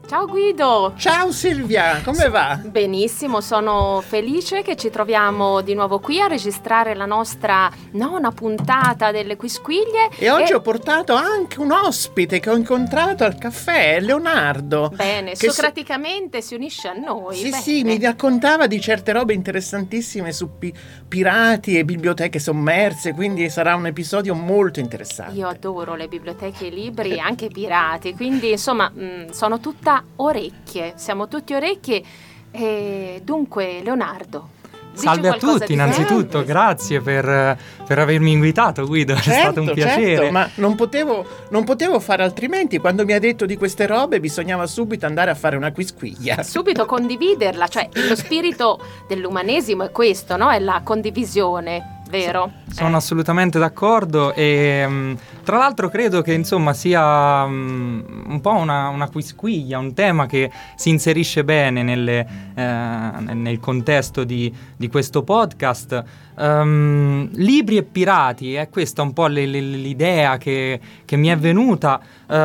Ciao Guido! Ciao Silvia, come va? Benissimo, sono felice che ci troviamo di nuovo qui a registrare la nostra nona puntata delle Quisquiglie. E oggi ho portato anche un ospite che ho incontrato al caffè, Leonardo. Bene, socraticamente si unisce a noi. Sì, mi raccontava di certe robe interessantissime su pirati e biblioteche sommerse, quindi sarà un episodio molto interessante. Io adoro le biblioteche e i libri e anche i pirati, quindi insomma sono tutta orecchie, siamo tutti orecchie. E dunque Leonardo, salve a tutti, innanzitutto grazie per avermi invitato, Guido, è stato un piacere. Certo, ma non potevo fare altrimenti. Quando mi ha detto di queste robe bisognava subito andare a fare una quisquiglia, subito condividerla, cioè lo spirito dell'umanesimo è questo, no? È la condivisione. Vero? Sono assolutamente d'accordo e tra l'altro credo che insomma sia un po' una quisquiglia, un tema che si inserisce bene nel contesto di questo podcast. Libri e pirati, è questa un po' l'idea che mi è venuta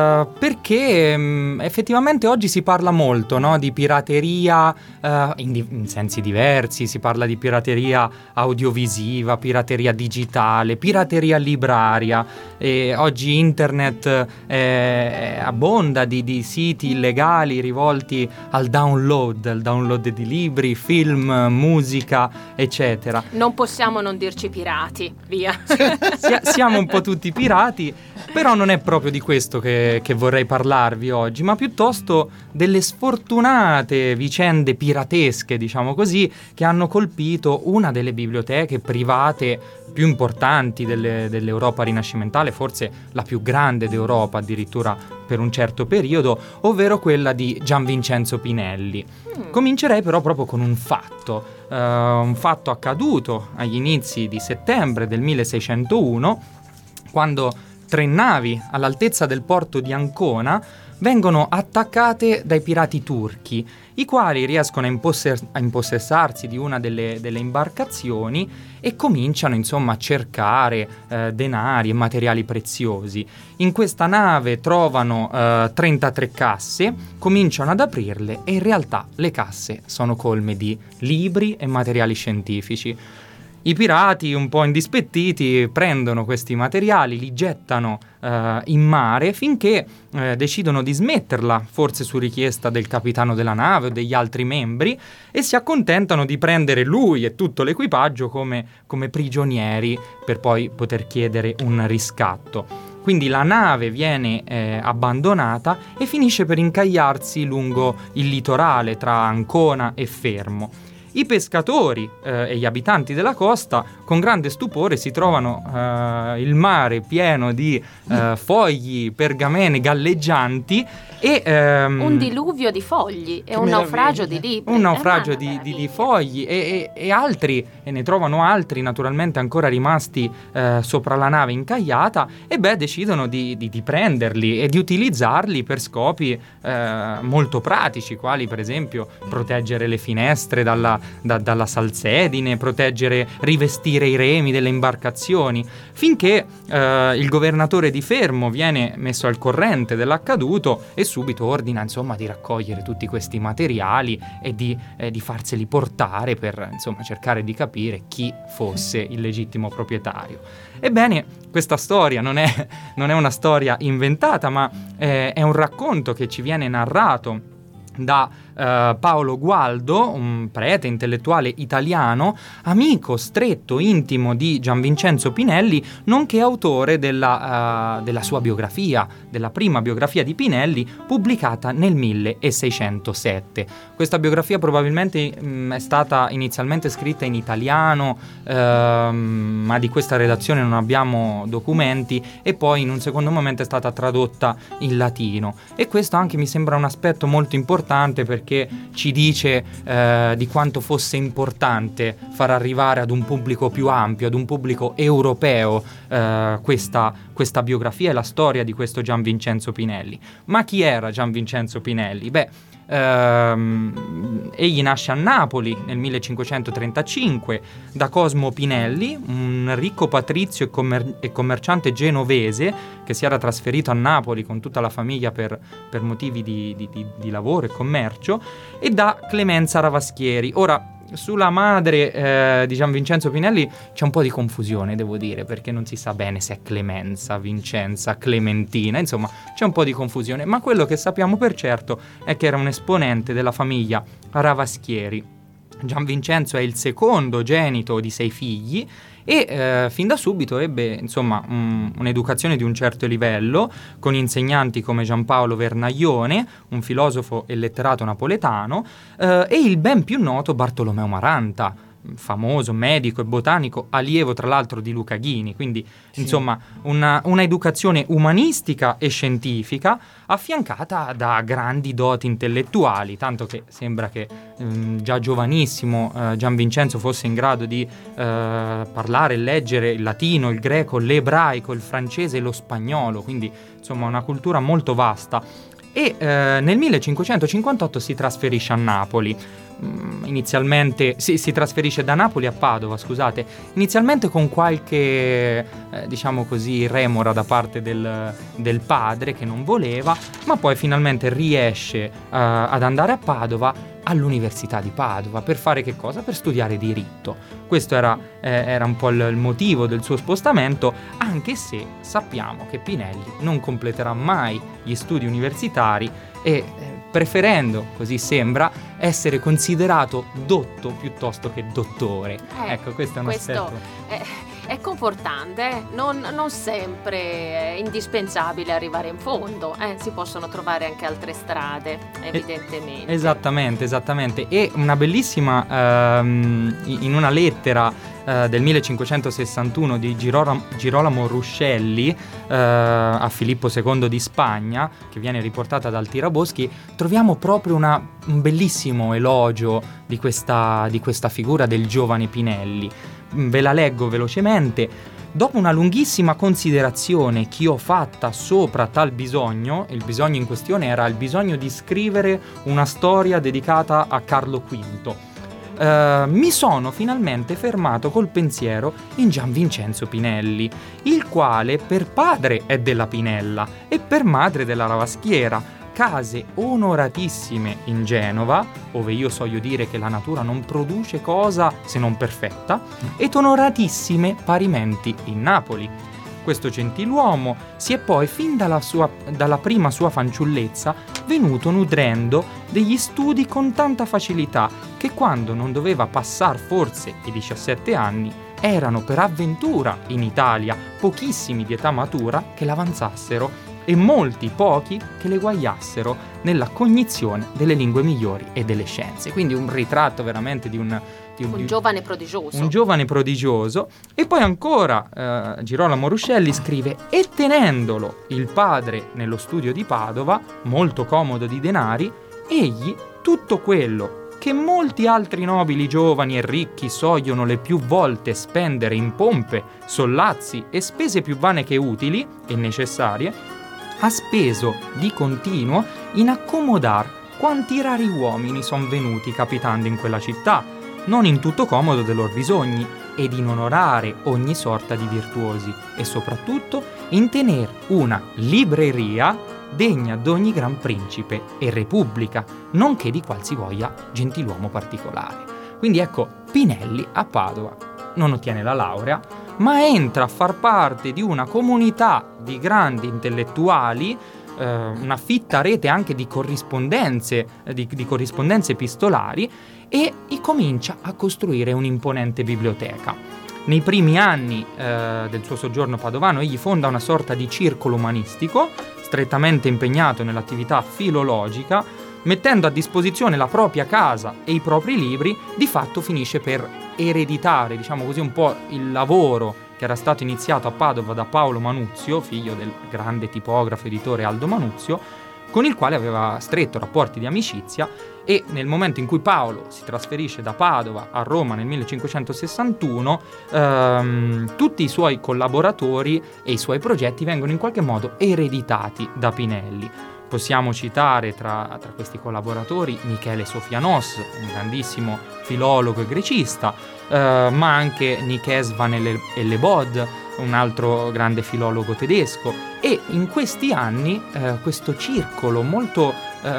perché effettivamente oggi si parla molto, no? Di pirateria in sensi diversi, si parla di pirateria audiovisiva, pirateria digitale, pirateria libraria, e oggi internet abbonda di siti illegali rivolti al download di libri, film, musica, eccetera. Non possiamo non dirci pirati, via. Siamo un po' tutti pirati, però non è proprio di questo che vorrei parlarvi oggi, ma piuttosto delle sfortunate vicende piratesche, diciamo così, che hanno colpito una delle biblioteche private più importanti dell'Europa rinascimentale, forse la più grande d'Europa addirittura per un certo periodo, ovvero quella di Gian Vincenzo Pinelli. Comincerei però proprio con un fatto accaduto agli inizi di settembre del 1601, quando 3 navi all'altezza del porto di Ancona vengono attaccate dai pirati turchi, i quali riescono a impossessarsi di una delle imbarcazioni e cominciano insomma a cercare denari e materiali preziosi. In questa nave trovano 33 casse, cominciano ad aprirle e in realtà le casse sono colme di libri e materiali scientifici. I pirati, un po' indispettiti, prendono questi materiali, li gettano in mare finché decidono di smetterla, forse su richiesta del capitano della nave o degli altri membri, e si accontentano di prendere lui e tutto l'equipaggio come prigionieri per poi poter chiedere un riscatto. Quindi la nave viene abbandonata e finisce per incagliarsi lungo il litorale tra Ancona e Fermo. I pescatori e gli abitanti della costa con grande stupore si trovano il mare pieno di fogli, pergamene galleggianti e un diluvio di fogli e un naufragio di libri. Un naufragio di fogli e altri, e ne trovano altri naturalmente ancora rimasti sopra la nave incagliata, e decidono di prenderli e di utilizzarli per scopi molto pratici, quali per esempio proteggere le finestre dalla salsedine, rivestire i remi delle imbarcazioni, finché il governatore di Fermo viene messo al corrente dell'accaduto e subito ordina insomma di raccogliere tutti questi materiali e di farseli portare per insomma cercare di capire chi fosse il legittimo proprietario. Ebbene, questa storia non è una storia inventata, ma è un racconto che ci viene narrato da Paolo Gualdo, un prete intellettuale italiano, amico stretto, intimo di Gian Vincenzo Pinelli, nonché autore della sua biografia, della prima biografia di Pinelli, pubblicata nel 1607. Questa biografia probabilmente è stata inizialmente scritta in italiano, ma di questa redazione non abbiamo documenti, e poi in un secondo momento è stata tradotta in latino. E questo anche mi sembra un aspetto molto importante, perché perché ci dice di quanto fosse importante far arrivare ad un pubblico più ampio, ad un pubblico europeo, questa biografia e la storia di questo Gian Vincenzo Pinelli. Ma chi era Gian Vincenzo Pinelli? Egli nasce a Napoli nel 1535 da Cosmo Pinelli, un ricco patrizio e commerciante genovese che si era trasferito a Napoli con tutta la famiglia per motivi di lavoro e commercio, e da Clemenza Ravaschieri. Ora, sulla madre di Gian Vincenzo Pinelli c'è un po' di confusione, devo dire, perché non si sa bene se è Clemenza, Vincenza, Clementina, insomma c'è un po' di confusione, ma quello che sappiamo per certo è che era un esponente della famiglia Ravaschieri. Gian Vincenzo è il secondogenito di 6 figli e fin da subito ebbe insomma un'educazione di un certo livello, con insegnanti come Giampaolo Vernaglione, un filosofo e letterato napoletano, e il ben più noto Bartolomeo Maranta, famoso medico e botanico, allievo tra l'altro di Luca Ghini. Quindi insomma una educazione umanistica e scientifica affiancata da grandi doti intellettuali, tanto che sembra che già giovanissimo Gian Vincenzo fosse in grado di parlare e leggere il latino, il greco, l'ebraico, il francese e lo spagnolo, quindi insomma una cultura molto vasta. E nel 1558 si trasferisce a Napoli. Inizialmente si trasferisce da Napoli a Padova, scusate, inizialmente con qualche diciamo così remora da parte del padre, che non voleva, ma poi finalmente riesce ad andare a Padova, all'Università di Padova, per fare che cosa? Per studiare diritto. Questo era un po' il motivo del suo spostamento, anche se sappiamo che Pinelli non completerà mai gli studi universitari e preferendo, così sembra, essere considerato dotto piuttosto che dottore. Ecco, questo è un aspetto. È confortante, non sempre è indispensabile arrivare in fondo, si possono trovare anche altre strade, evidentemente. Esattamente. E una bellissima, in una lettera del 1561 di Girolamo Ruscelli a Filippo II di Spagna, che viene riportata dal Tiraboschi, troviamo proprio un bellissimo elogio di questa figura del giovane Pinelli. Ve la leggo velocemente. Dopo una lunghissima considerazione che ho fatta sopra tal bisogno, il bisogno in questione era il bisogno di scrivere una storia dedicata a Carlo V, mi sono finalmente fermato col pensiero in Gian Vincenzo Pinelli, il quale per padre è della Pinella e per madre della Ravaschiera, case onoratissime in Genova, ove io soglio dire che la natura non produce cosa se non perfetta, ed onoratissime parimenti in Napoli. Questo gentiluomo si è poi fin dalla prima sua fanciullezza venuto nutrendo degli studi con tanta facilità che quando non doveva passar forse i 17 anni erano per avventura in Italia pochissimi di età matura che l'avanzassero e molti pochi che le guagliassero nella cognizione delle lingue migliori e delle scienze. Quindi un ritratto veramente di un giovane prodigioso. Un giovane prodigioso. E poi ancora Girolamo Ruscelli scrive: e tenendolo il padre nello studio di Padova, molto comodo di denari, egli tutto quello che molti altri nobili giovani e ricchi sogliono le più volte spendere in pompe, sollazzi e spese più vane che utili e necessarie, ha speso di continuo in accomodar quanti rari uomini son venuti capitando in quella città, non in tutto comodo de lor bisogni, ed in onorare ogni sorta di virtuosi, e soprattutto in tener una libreria degna d'ogni gran principe e repubblica, nonché di qualsivoglia gentiluomo particolare. Quindi ecco, Pinelli a Padova non ottiene la laurea, ma entra a far parte di una comunità di grandi intellettuali, una fitta rete anche di corrispondenze epistolari, e comincia a costruire un'imponente biblioteca. Nei primi anni del suo soggiorno padovano egli fonda una sorta di circolo umanistico, strettamente impegnato nell'attività filologica, mettendo a disposizione la propria casa e i propri libri. Di fatto finisce per ereditare, diciamo così, un po' il lavoro che era stato iniziato a Padova da Paolo Manuzio, figlio del grande tipografo editore Aldo Manuzio, con il quale aveva stretto rapporti di amicizia, e nel momento in cui Paolo si trasferisce da Padova a Roma nel 1561, tutti i suoi collaboratori e i suoi progetti vengono in qualche modo ereditati da Pinelli. Possiamo citare tra questi collaboratori Michele Sofianos, un grandissimo filologo e grecista, ma anche Nicaise van Ellebod, un altro grande filologo tedesco. E in questi anni questo circolo molto,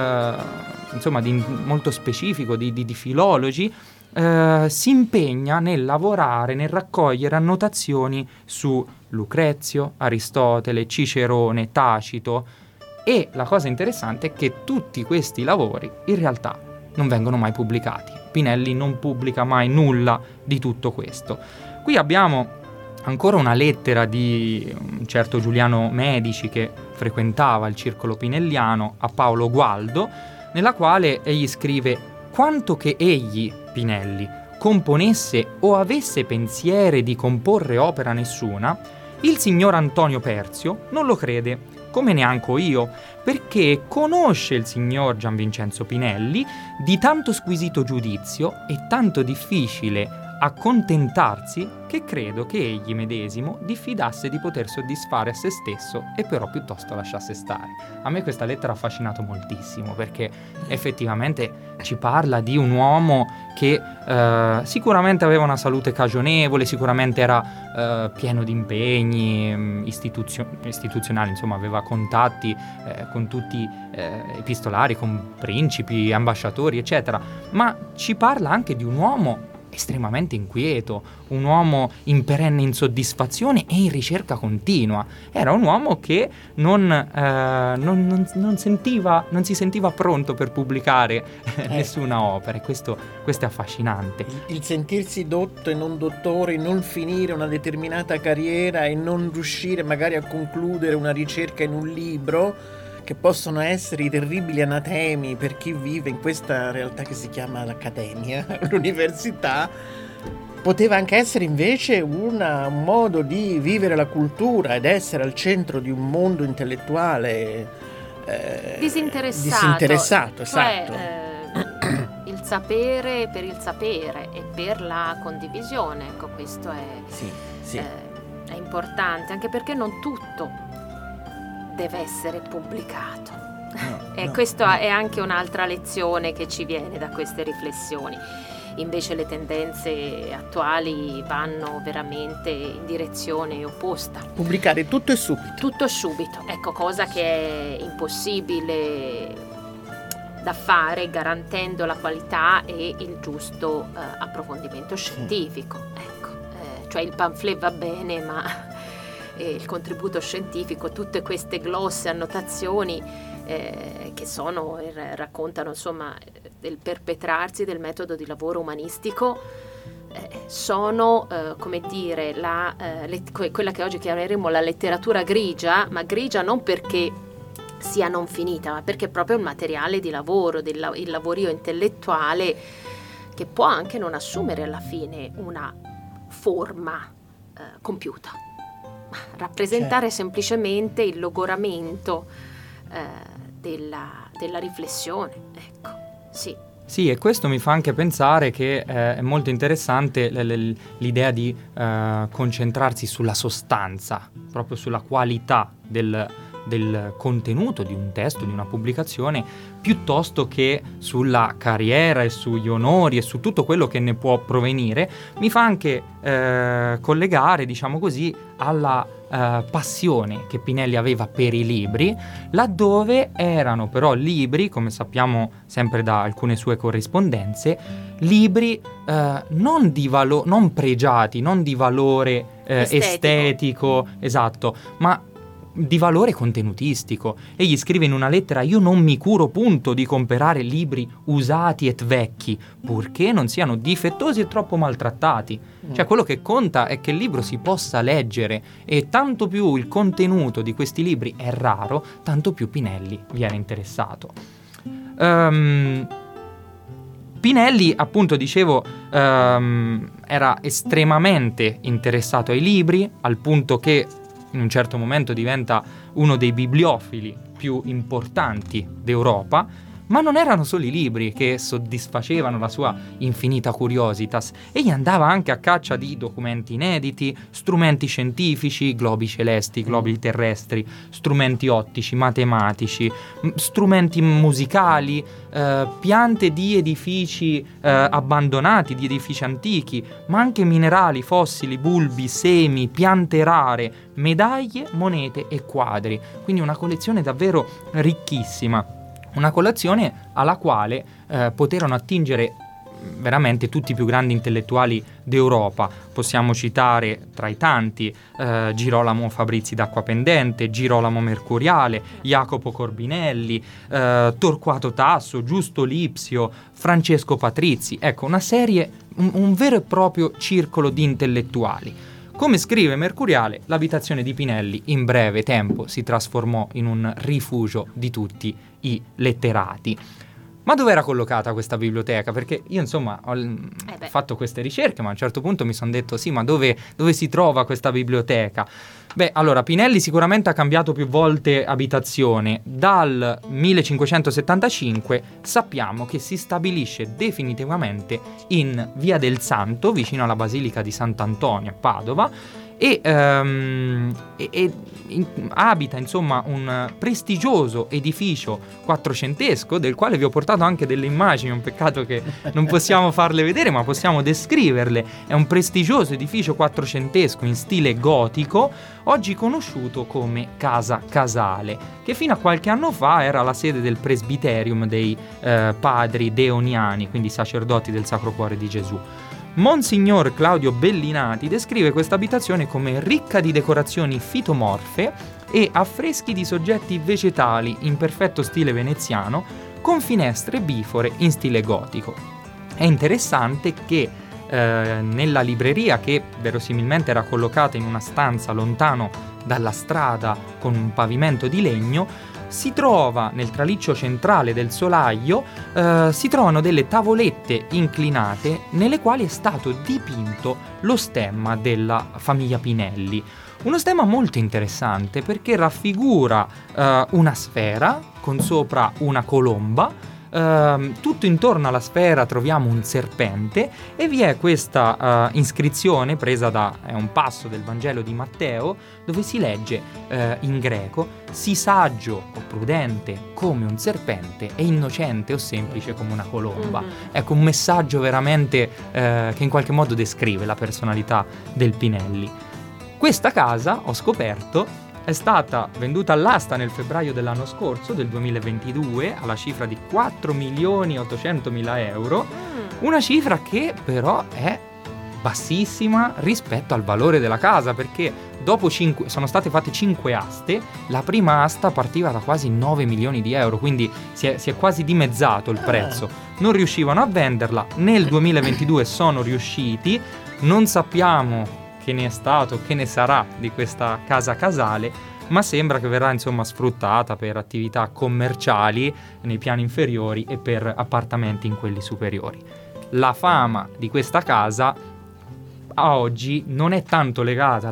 molto specifico di filologi si impegna nel lavorare, nel raccogliere annotazioni su Lucrezio, Aristotele, Cicerone, Tacito. E la cosa interessante è che tutti questi lavori in realtà non vengono mai pubblicati. Pinelli non pubblica mai nulla di tutto questo. Qui abbiamo ancora una lettera di un certo Giuliano Medici, che frequentava il circolo pinelliano, a Paolo Gualdo, nella quale egli scrive: quanto che egli, Pinelli, componesse o avesse pensiere di comporre opera nessuna, il signor Antonio Perzio non lo crede, come neanche io, perché conosce il signor Gianvincenzo Pinelli di tanto squisito giudizio e tanto difficile accontentarsi, che credo che egli medesimo diffidasse di poter soddisfare a se stesso e però piuttosto lasciasse stare. A me questa lettera ha affascinato moltissimo, perché effettivamente ci parla di un uomo che sicuramente aveva una salute cagionevole, sicuramente era pieno di impegni istituzionali, insomma aveva contatti con tutti epistolari, con principi, ambasciatori, eccetera, ma ci parla anche di un uomo estremamente inquieto, un uomo in perenne insoddisfazione e in ricerca continua. Era un uomo che non si sentiva pronto per pubblicare nessuna opera, e questo è affascinante. Il sentirsi dotto e non dottore, non finire una determinata carriera e non riuscire magari a concludere una ricerca in un libro, che possono essere i terribili anatemi per chi vive in questa realtà che si chiama l'accademia, l'università, poteva anche essere invece un modo di vivere la cultura ed essere al centro di un mondo intellettuale disinteressato, esatto. Il sapere per il sapere e per la condivisione, ecco, questo è importante, anche perché non tutto deve essere pubblicato. Questa è anche un'altra lezione che ci viene da queste riflessioni. Invece le tendenze attuali vanno veramente in direzione opposta. Pubblicare tutto e subito. Tutto subito, ecco, cosa che è impossibile da fare garantendo la qualità e il giusto approfondimento scientifico. Ecco, cioè il pamphlet va bene, ma il contributo scientifico, tutte queste glosse, annotazioni che raccontano insomma del perpetrarsi del metodo di lavoro umanistico, sono come dire quella che oggi chiameremo la letteratura grigia, ma grigia non perché sia non finita, ma perché è proprio un materiale di lavoro, il lavorio intellettuale, che può anche non assumere alla fine una forma compiuta, rappresentare semplicemente il logoramento della riflessione, ecco, sì. Sì, e questo mi fa anche pensare che è molto interessante l'idea di concentrarsi sulla sostanza, proprio sulla qualità del contenuto di un testo, di una pubblicazione, piuttosto che sulla carriera e sugli onori e su tutto quello che ne può provenire. Mi fa anche collegare, diciamo così, alla passione che Pinelli aveva per i libri, laddove erano però libri, come sappiamo sempre da alcune sue corrispondenze, libri non pregiati, non di valore estetico, esatto, ma di valore contenutistico. Egli scrive in una lettera: io non mi curo punto di comperare libri usati et vecchi, purché non siano difettosi e troppo maltrattati. Cioè quello che conta è che il libro si possa leggere, e tanto più il contenuto di questi libri è raro, tanto più Pinelli viene interessato. Pinelli, appunto, dicevo, era estremamente interessato ai libri, al punto che in un certo momento diventa uno dei bibliofili più importanti d'Europa. Ma non erano solo i libri che soddisfacevano la sua infinita curiositas. Egli andava anche a caccia di documenti inediti, strumenti scientifici, globi celesti, globi terrestri, strumenti ottici, matematici, strumenti musicali, piante di edifici abbandonati, di edifici antichi, ma anche minerali, fossili, bulbi, semi, piante rare, medaglie, monete e quadri. Quindi una collezione davvero ricchissima. Una collezione alla quale poterono attingere veramente tutti i più grandi intellettuali d'Europa. Possiamo citare tra i tanti Girolamo Fabrizi d'Acquapendente, Girolamo Mercuriale, Jacopo Corbinelli, Torquato Tasso, Giusto Lipsio, Francesco Patrizzi. Ecco, una serie, un vero e proprio circolo di intellettuali. Come scrive Mercuriale, l'abitazione di Pinelli in breve tempo si trasformò in un rifugio di tutti i letterati. Ma dove era collocata questa biblioteca? Perché io insomma ho fatto queste ricerche, ma a un certo punto mi sono detto sì, ma dove si trova questa biblioteca? Beh, allora, Pinelli sicuramente ha cambiato più volte abitazione. Dal 1575 sappiamo che si stabilisce definitivamente in Via del Santo, vicino alla Basilica di Sant'Antonio a Padova, e abita insomma un prestigioso edificio quattrocentesco, del quale vi ho portato anche delle immagini. È un peccato che non possiamo farle vedere, ma possiamo descriverle. È un prestigioso edificio quattrocentesco in stile gotico, oggi conosciuto come Casa Casale, che fino a qualche anno fa era la sede del presbiterium dei padri deoniani, quindi sacerdoti del Sacro Cuore di Gesù. Monsignor Claudio Bellinati descrive questa abitazione come ricca di decorazioni fitomorfe e affreschi di soggetti vegetali in perfetto stile veneziano, con finestre bifore in stile gotico. È interessante che nella libreria, che verosimilmente era collocata in una stanza lontano dalla strada con un pavimento di legno, si trova nel traliccio centrale del solaio, si trovano delle tavolette inclinate nelle quali è stato dipinto lo stemma della famiglia Pinelli. Uno stemma molto interessante perché raffigura una sfera con sopra una colomba. Tutto intorno alla sfera troviamo un serpente e vi è questa iscrizione presa da un passo del Vangelo di Matteo, dove si legge in greco: "Si saggio o prudente come un serpente e innocente o semplice come una colomba". Ecco, un messaggio veramente che in qualche modo descrive la personalità del Pinelli. Questa casa, ho scoperto, è stata venduta all'asta nel febbraio dell'anno scorso, del 2022, alla cifra di 4.800.000 euro, una cifra che però è bassissima rispetto al valore della casa, perché dopo sono state fatte 5 aste, la prima asta partiva da quasi 9 milioni di euro, quindi si è quasi dimezzato il prezzo. Non riuscivano a venderla, nel 2022 sono riusciti, non sappiamo che ne è stato, che ne sarà di questa casa casale, ma sembra che verrà insomma sfruttata per attività commerciali nei piani inferiori e per appartamenti in quelli superiori. La fama di questa casa a oggi non è tanto legata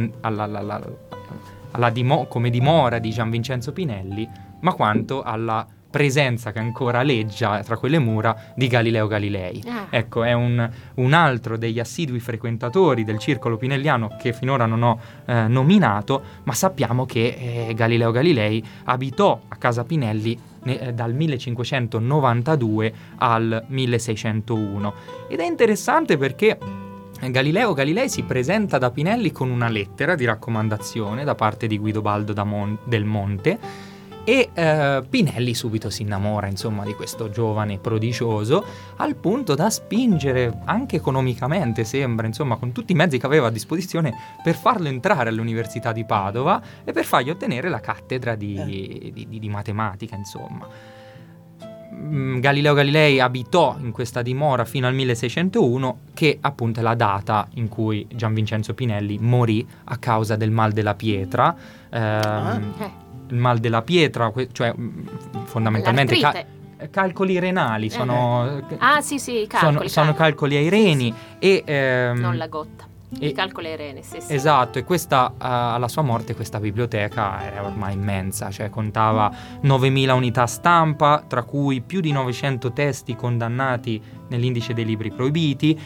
come dimora di Gian Vincenzo Pinelli, ma quanto alla presenza che ancora aleggia tra quelle mura di Galileo Galilei. Ecco, è un altro degli assidui frequentatori del circolo pinelliano che finora non ho nominato, ma sappiamo che Galileo Galilei abitò a casa Pinelli dal 1592 al 1601, ed è interessante perché Galileo Galilei si presenta da Pinelli con una lettera di raccomandazione da parte di Guidobaldo del Monte, e Pinelli subito si innamora insomma di questo giovane prodigioso, al punto da spingere anche economicamente, sembra, insomma, con tutti i mezzi che aveva a disposizione, per farlo entrare all'Università di Padova e per fargli ottenere la cattedra di matematica, insomma. Galileo Galilei abitò in questa dimora fino al 1601, che appunto è la data in cui Gian Vincenzo Pinelli morì a causa del mal della pietra. Il mal della pietra, cioè fondamentalmente calcoli renali, sì, calcoli sono calcoli ai reni, sì. e non la gotta. Il calcolo Irene, sì. Esatto, e questa, alla sua morte, questa biblioteca era ormai immensa, cioè contava 9.000 unità stampa, tra cui più di 900 testi condannati nell'indice dei libri proibiti,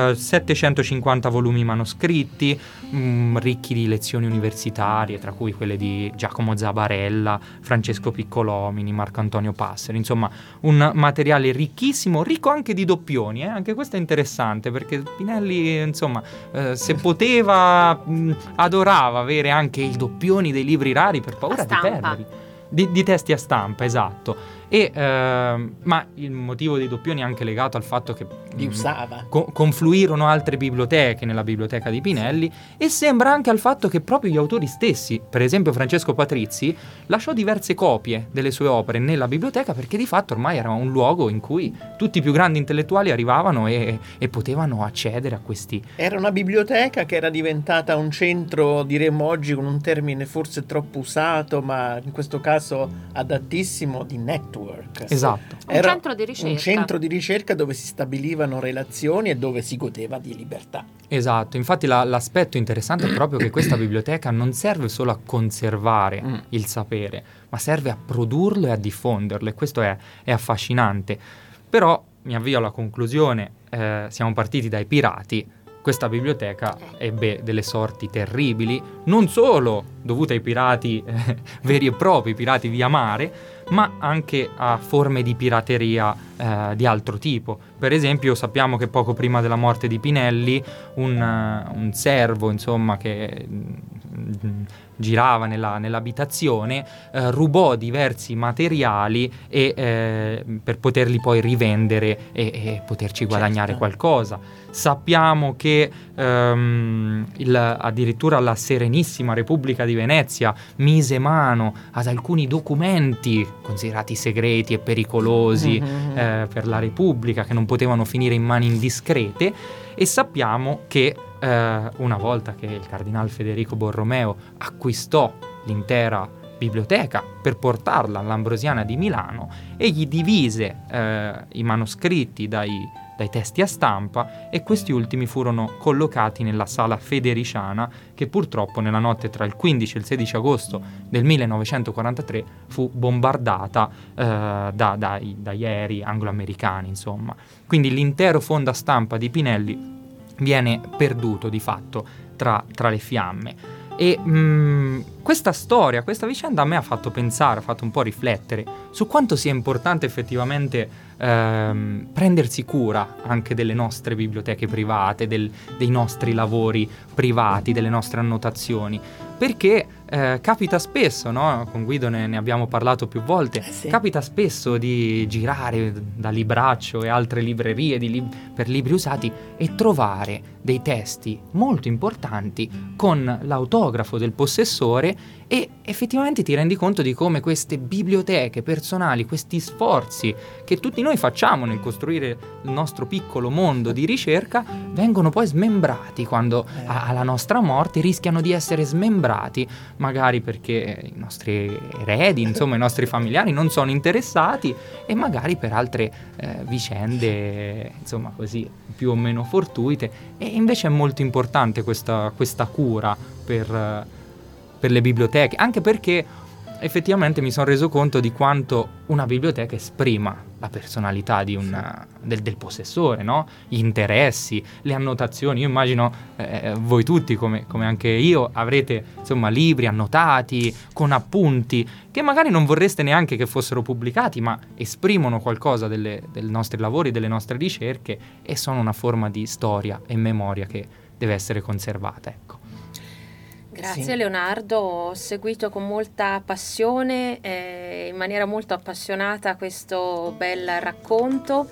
750 volumi manoscritti, ricchi di lezioni universitarie, tra cui quelle di Giacomo Zabarella, Francesco Piccolomini, Marco Antonio Passeri, insomma un materiale ricchissimo, ricco anche di doppioni, anche questo è interessante perché Pinelli, insomma, se poteva, adorava avere anche i doppioni dei libri rari per paura di perderli. Di testi a stampa, esatto. Ma il motivo dei doppioni è anche legato al fatto che li usava. Confluirono altre biblioteche nella biblioteca di Pinelli, e sembra anche al fatto che proprio gli autori stessi, per esempio Francesco Patrizzi, lasciò diverse copie delle sue opere nella biblioteca perché di fatto ormai era un luogo in cui tutti i più grandi intellettuali arrivavano e potevano accedere a questi. Era una biblioteca che era diventata un centro, diremmo oggi con un termine forse troppo usato, ma in questo caso adattissimo, di network. Esatto. Era un centro di ricerca dove si stabilivano relazioni e dove si godeva di libertà. Esatto, infatti l'aspetto interessante è proprio che questa biblioteca non serve solo a conservare il sapere, ma serve a produrlo e a diffonderlo, e questo è affascinante. Però mi avvio alla conclusione, siamo partiti dai pirati. Questa biblioteca ebbe delle sorti terribili, non solo dovute ai pirati veri e propri, pirati via mare, ma anche a forme di pirateria di altro tipo. Per esempio sappiamo che poco prima della morte di Pinelli un servo, insomma, che girava nell'abitazione, rubò diversi materiali per poterli poi rivendere e poterci guadagnare qualcosa. Sappiamo che addirittura la Serenissima Repubblica di Venezia mise mano ad alcuni documenti considerati segreti e pericolosi per la Repubblica, che non potevano finire in mani indiscrete, e sappiamo che una volta che il cardinal Federico Borromeo acquistò l'intera biblioteca per portarla all'Ambrosiana di Milano, egli divise i manoscritti dai testi a stampa, e questi ultimi furono collocati nella sala federiciana, che purtroppo nella notte tra il 15 e il 16 agosto del 1943 fu bombardata dagli aerei anglo-americani, insomma. Quindi l'intero fondo a stampa di Pinelli viene perduto di fatto tra le fiamme. E questa storia, questa vicenda a me ha fatto pensare, ha fatto un po' riflettere su quanto sia importante effettivamente prendersi cura anche delle nostre biblioteche private, dei nostri lavori privati, delle nostre annotazioni, perché capita spesso, no? Con Guido ne abbiamo parlato più volte, capita spesso di girare da Libraccio e altre librerie per libri usati e trovare dei testi molto importanti con l'autografo del possessore, e effettivamente ti rendi conto di come queste biblioteche personali, questi sforzi che tutti noi facciamo nel costruire il nostro piccolo mondo di ricerca, vengono poi smembrati quando alla nostra morte rischiano di essere smembrati, magari perché i nostri eredi, insomma i nostri familiari non sono interessati, e magari per altre vicende, insomma così più o meno fortuite. E invece è molto importante questa cura per le biblioteche, anche perché effettivamente mi sono reso conto di quanto una biblioteca esprima la personalità del possessore, no? Gli interessi, le annotazioni. Io immagino voi tutti, come anche io, avrete insomma libri annotati con appunti che magari non vorreste neanche che fossero pubblicati, ma esprimono qualcosa dei nostri lavori, delle nostre ricerche, e sono una forma di storia e memoria che deve essere conservata, ecco. Grazie Leonardo, ho seguito con molta passione, in maniera molto appassionata, questo bel racconto,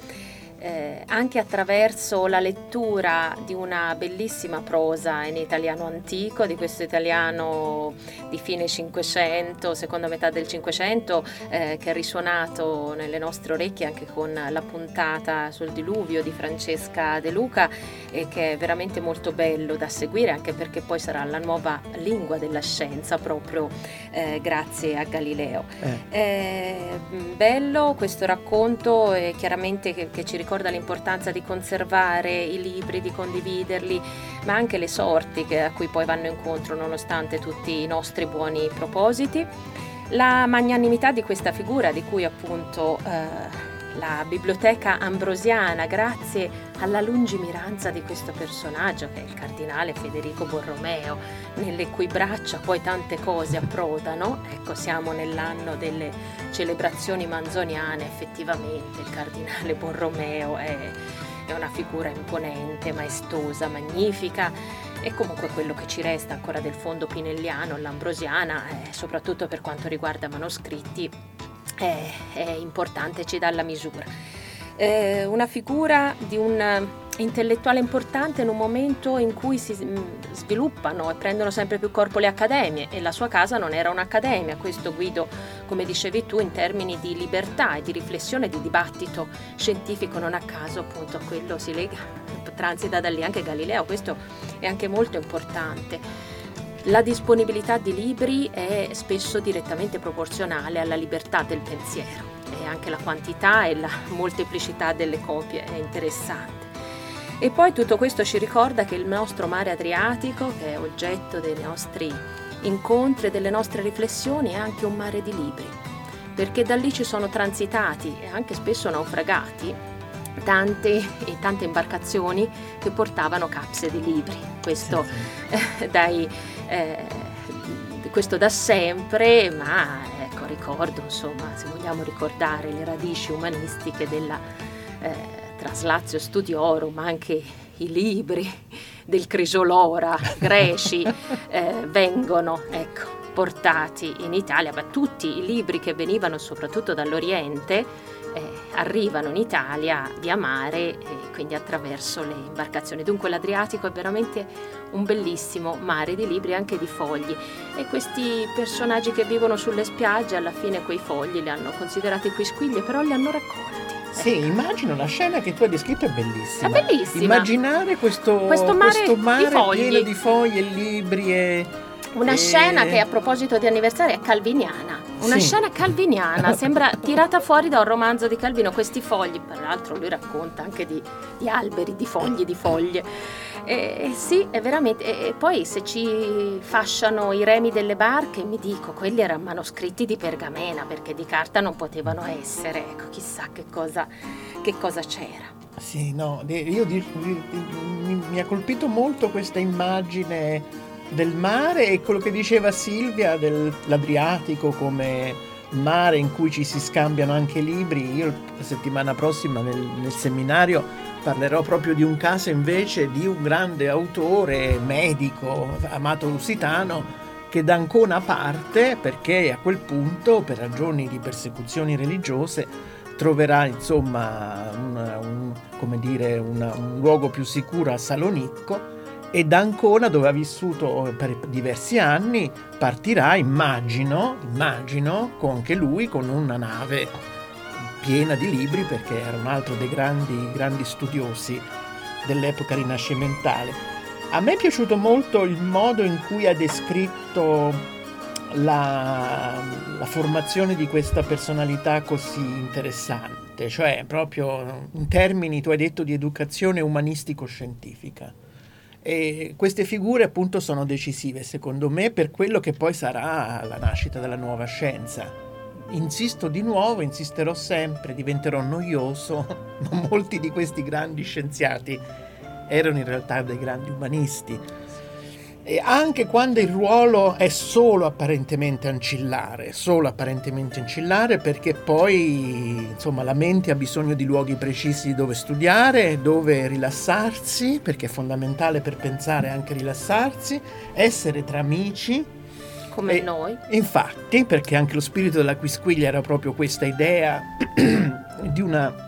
anche attraverso la lettura di una bellissima prosa in italiano antico, di questo italiano di fine Cinquecento, seconda metà del Cinquecento, che è risuonato nelle nostre orecchie anche con la puntata sul diluvio di Francesca De Luca, e che è veramente molto bello da seguire, anche perché poi sarà la nuova lingua della scienza proprio grazie a Galileo. Bello questo racconto, chiaramente che ci ricorda l'importanza di conservare i libri, di condividerli, ma anche le sorti a cui poi vanno incontro nonostante tutti i nostri buoni propositi. La magnanimità di questa figura, di cui appunto la biblioteca ambrosiana, grazie alla lungimiranza di questo personaggio che è il cardinale Federico Borromeo, nelle cui braccia poi tante cose approdano. Ecco, siamo nell'anno delle celebrazioni manzoniane, effettivamente il cardinale Borromeo è una figura imponente, maestosa, magnifica, e comunque quello che ci resta ancora del fondo pinelliano, l'ambrosiana, soprattutto per quanto riguarda manoscritti, è importante, ci dà la misura. Una figura di un intellettuale importante in un momento in cui si sviluppano e prendono sempre più corpo le accademie, e la sua casa non era un'accademia. Questo, Guido, come dicevi tu, in termini di libertà e di riflessione, di dibattito scientifico, non a caso appunto a quello si lega, transita da lì anche Galileo. Questo è anche molto importante. La disponibilità di libri è spesso direttamente proporzionale alla libertà del pensiero, e anche la quantità e la molteplicità delle copie è interessante. E poi tutto questo ci ricorda che il nostro mare Adriatico, che è oggetto dei nostri incontri e delle nostre riflessioni, è anche un mare di libri, perché da lì ci sono transitati e anche spesso naufragati tante imbarcazioni che portavano capse di libri. Questo questo da sempre, ma ecco, ricordo, insomma, se vogliamo ricordare le radici umanistiche della Translatio Studiorum, ma anche i libri del Crisolora greci vengono, ecco, portati in Italia, ma tutti i libri che venivano soprattutto dall'Oriente arrivano in Italia via mare, e quindi attraverso le imbarcazioni. Dunque l'Adriatico è veramente un bellissimo mare di libri, anche di fogli, e questi personaggi che vivono sulle spiagge alla fine quei fogli li hanno considerati quisquiglie, però li hanno raccolti. Sì, immagino la scena che tu hai descritto è bellissima. È bellissima. Immaginare questo mare pieno di fogli e libri una scena che, a proposito di anniversario, è calviniana. Una scena calviniana, sembra tirata fuori da un romanzo di Calvino. Questi fogli, peraltro lui racconta anche di alberi, di foglie. Sì, è veramente. E poi se ci fasciano i remi delle barche, mi dico, quelli erano manoscritti di pergamena, perché di carta non potevano essere. Ecco, chissà che cosa c'era. Sì, no, mi ha colpito molto questa immagine del mare, e quello che diceva Silvia dell'Adriatico come mare in cui ci si scambiano anche libri. Io la settimana prossima nel seminario parlerò proprio di un caso invece di un grande autore medico, Amato Lusitano, che da Ancona parte perché a quel punto, per ragioni di persecuzioni religiose, troverà insomma un luogo più sicuro a Salonicco, e da Ancona, dove ha vissuto per diversi anni, partirà, immagino, anche lui con una nave piena di libri, perché era un altro dei grandi studiosi dell'epoca rinascimentale. A me è piaciuto molto il modo in cui ha descritto la formazione di questa personalità così interessante, cioè proprio in termini, tu hai detto, di educazione umanistico-scientifica. E queste figure appunto sono decisive, secondo me, per quello che poi sarà la nascita della nuova scienza. Insisterò sempre, diventerò noioso, ma molti di questi grandi scienziati erano in realtà dei grandi umanisti. E anche quando il ruolo è solo apparentemente ancillare, perché poi insomma la mente ha bisogno di luoghi precisi dove studiare, dove rilassarsi, perché è fondamentale per pensare anche rilassarsi, essere tra amici. Come noi. Infatti, perché anche lo spirito della Quisquiglia era proprio questa idea di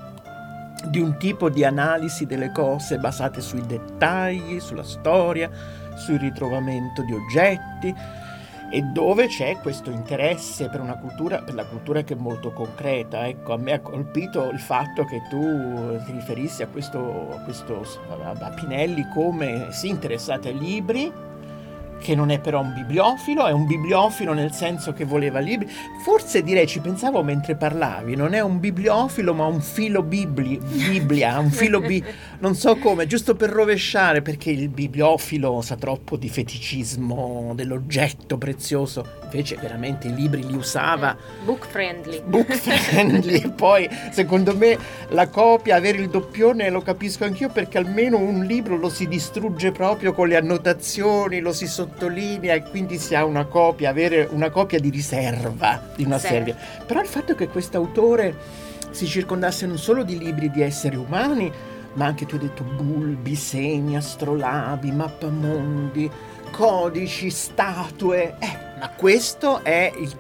un tipo di analisi delle cose basate sui dettagli, sulla storia, sul ritrovamento di oggetti, e dove c'è questo interesse per la cultura che è molto concreta. Ecco, a me ha colpito il fatto che tu ti riferissi a Pinelli come interessati ai libri, che non è però un bibliofilo, è un bibliofilo nel senso che voleva libri. Forse direi, ci pensavo mentre parlavi, non è un bibliofilo ma un filo Biblia, un filo non so come, giusto per rovesciare, perché il bibliofilo sa troppo di feticismo dell'oggetto prezioso, invece veramente i libri li usava book friendly. E poi secondo me la copia, avere il doppione, lo capisco anch'io, perché almeno un libro lo si distrugge proprio con le annotazioni, lo si sottolinea e quindi si ha una copia, avere una copia di riserva di una serie. Però il fatto che quest'autore si circondasse non solo di libri di esseri umani, ma anche, tu hai detto, bulbi, segni, astrolabi, mappamondi, codici, statue, ma questo è il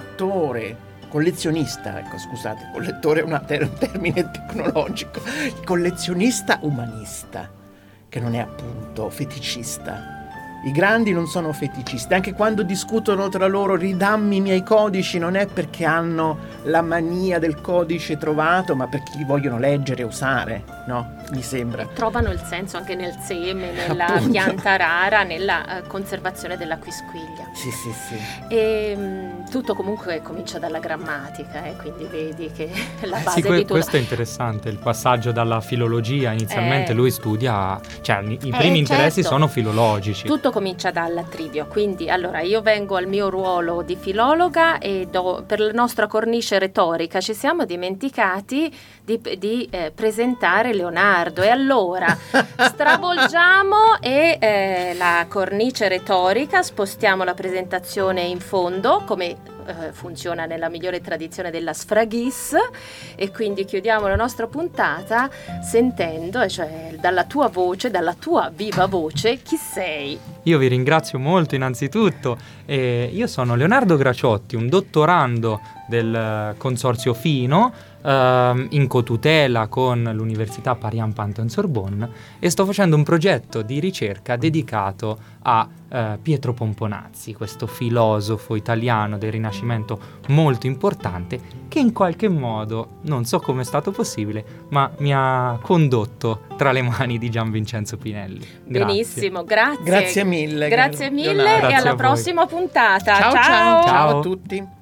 collezionista, ecco, scusate, collettore è un termine tecnologico, il collezionista umanista, che non è appunto feticista. I grandi non sono feticisti, anche quando discutono tra loro ridammi i miei codici, non è perché hanno la mania del codice trovato, ma perché li vogliono leggere e usare, no? Mi sembra. Trovano il senso anche nel seme, nella Appunto. pianta rara, nella conservazione della quisquiglia. Sì. E tutto comunque comincia dalla grammatica, quindi vedi che la base Sì, di tutto. questo è interessante, il passaggio dalla filologia. Inizialmente lui studia, cioè i primi interessi certo. sono filologici. Tutto comincia dal trivio, quindi allora io vengo al mio ruolo di filologa e per la nostra cornice retorica ci siamo dimenticati di presentare Leonardo, e allora stravolgiamo la cornice retorica, spostiamo la presentazione in fondo, come funziona nella migliore tradizione della sfraghis, e quindi chiudiamo la nostra puntata sentendo, cioè dalla tua voce, dalla tua viva voce, chi sei? Io vi ringrazio molto innanzitutto. Io sono Leonardo Graciotti, un dottorando del Consorzio Fino, in cotutela con l'Università Parian Pantheon Sorbonne, e sto facendo un progetto di ricerca dedicato a Pietro Pomponazzi, questo filosofo italiano del Rinascimento molto importante, che in qualche modo, non so come è stato possibile, ma mi ha condotto tra le mani di Gian Vincenzo Pinelli. Grazie. Benissimo, grazie. Grazie mille. Grazie mille Leonardo. e Grazie alla a voi. prossima puntata. Ciao Ciao. ciao a tutti.